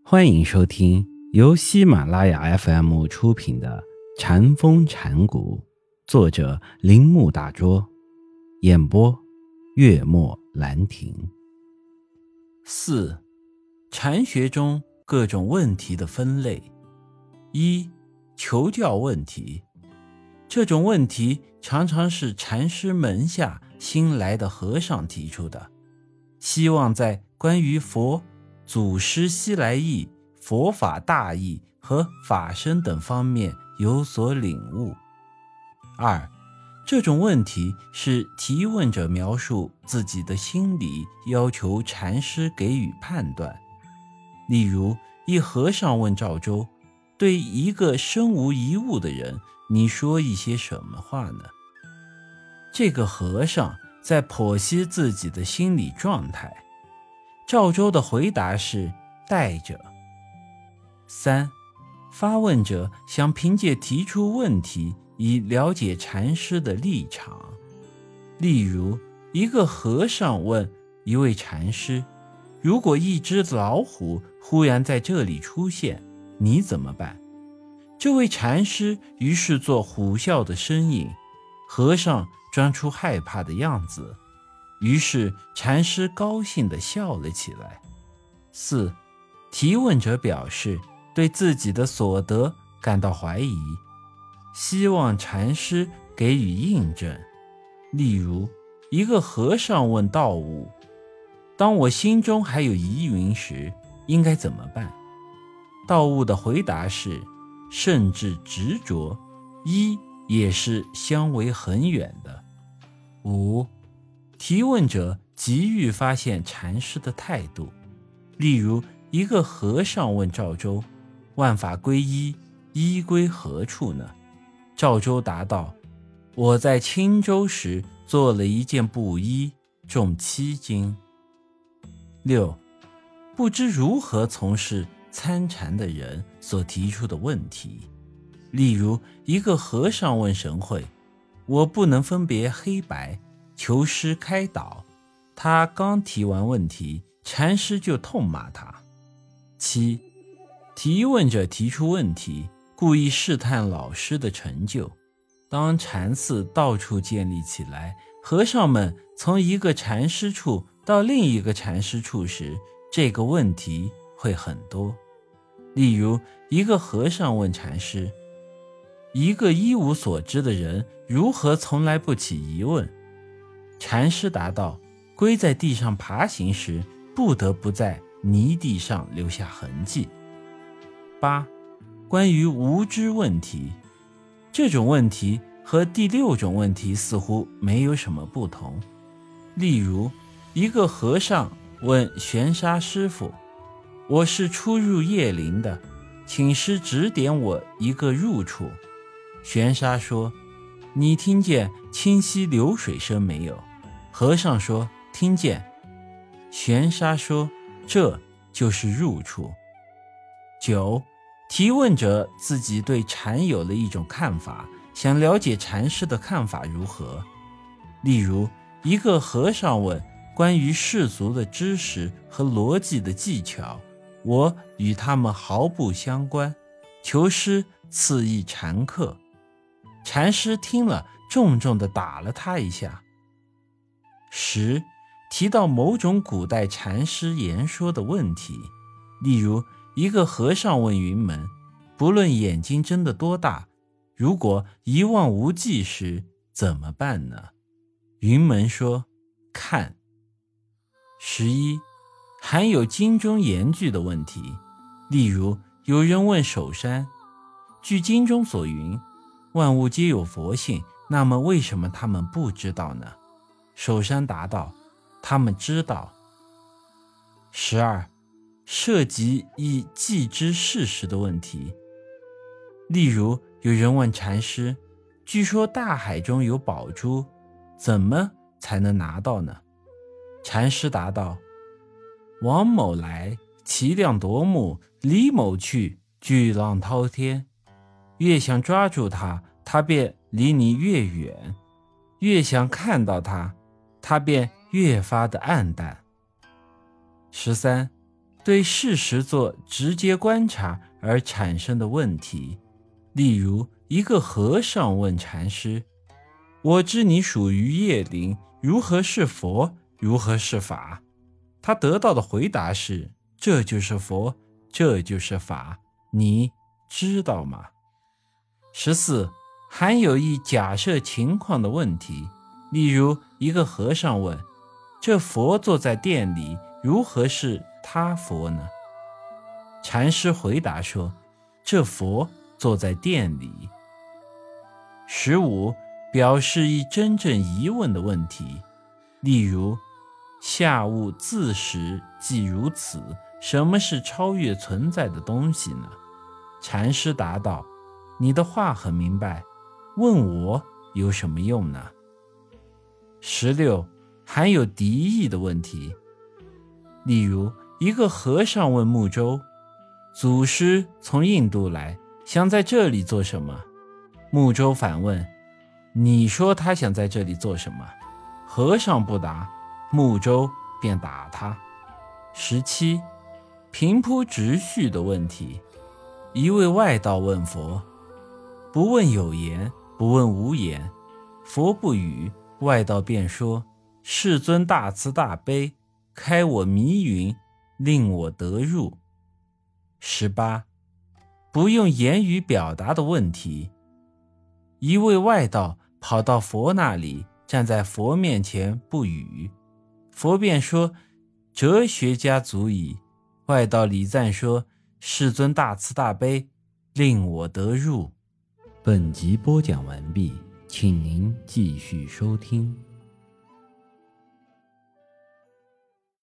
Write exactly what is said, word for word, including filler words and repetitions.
欢迎收听由喜马拉雅 F M 出品的《禅风禅谷》，作者铃木大拙，演播月末兰亭。 四、禅学中各种问题的分类。一、求教问题。这种问题常常是禅师门下新来的和尚提出的，希望在关于佛、祖师西来意、佛法大义和法身等方面有所领悟。二、这种问题是提问者描述自己的心理，要求禅师给予判断。例如，一和尚问赵州，对一个身无一物的人，你说一些什么话呢？这个和尚在剖析自己的心理状态。赵州的回答是带着。三、发问者想凭借提出问题以了解禅师的立场。例如，一个和尚问一位禅师，如果一只老虎忽然在这里出现，你怎么办？这位禅师于是做虎啸的身影，和尚装出害怕的样子，于是禅师高兴地笑了起来。四、提问者表示对自己的所得感到怀疑，希望禅师给予印证。例如，一个和尚问道悟，当我心中还有疑云时，应该怎么办？道悟的回答是甚至执着，一也是相为很远的。五、提问者急于发现禅师的态度。例如，一个和尚问赵州，万法归一，一归何处呢？赵州答道，我在青州时做了一件布衣，重七斤。六、不知如何从事参禅的人所提出的问题。例如，一个和尚问神会，我不能分别黑白，求师开导。他刚提完问题，禅师就痛骂他。七、提问者提出问题，故意试探老师的成就。当禅寺到处建立起来，和尚们从一个禅师处到另一个禅师处时，这个问题会很多。例如，一个和尚问禅师，一个一无所知的人如何从来不起疑问？禅师答道，龟在地上爬行时，不得不在泥地上留下痕迹。八、关于无知问题。这种问题和第六种问题似乎没有什么不同。例如，一个和尚问玄沙师傅，我是初入叶林的，请师指点我一个入处。玄沙说，你听见清溪流水声没有？和尚说，听见。玄沙说，这就是入处。九、提问者自己对禅有了一种看法，想了解禅师的看法如何。例如，一个和尚问关于世俗的知识和逻辑的技巧，我与他们毫不相关，求师赐一禅课。禅师听了，重重地打了他一下。十、提到某种古代禅师言说的问题。例如，一个和尚问云门，不论眼睛睁得多大，如果一望无际时怎么办呢？云门说，看。十一、含有经中言句的问题。例如，有人问首山，据经中所云，万物皆有佛性，那么为什么他们不知道呢？首山答道，他们知道。十二、涉及以既知事实的问题。例如，有人问禅师，据说大海中有宝珠，怎么才能拿到呢？禅师答道，王某来，其量夺目，李某去，巨浪滔天。越想抓住他，他便离你越远；越想看到他，他便越发的暗淡。十三、 对事实做直接观察而产生的问题。例如，一个和尚问禅师：我知你属于叶灵，如何是佛，如何是法？他得到的回答是：这就是佛，这就是法，你知道吗？十四，含有一假设情况的问题。例如，一个和尚问：这佛坐在殿里，如何是他佛呢？禅师回答说：这佛坐在殿里。十五，表示一真正疑问的问题。例如，下物自始即如此，什么是超越存在的东西呢？禅师答道：你的话很明白，问我有什么用呢？十六，含有敌意的问题。例如，一个和尚问木舟：祖师从印度来，想在这里做什么？木舟反问：你说他想在这里做什么？和尚不答，木舟便打他。十七，平铺直叙的问题。一位外道问佛：不问有言，不问无言。佛不语，外道便说：世尊大慈大悲，开我迷云，令我得入。十八，不用言语表达的问题。一位外道跑到佛那里，站在佛面前不语。佛便说：哲学家足矣。外道礼赞说：世尊大慈大悲，令我得入。 本集播讲完毕，请您继续收听。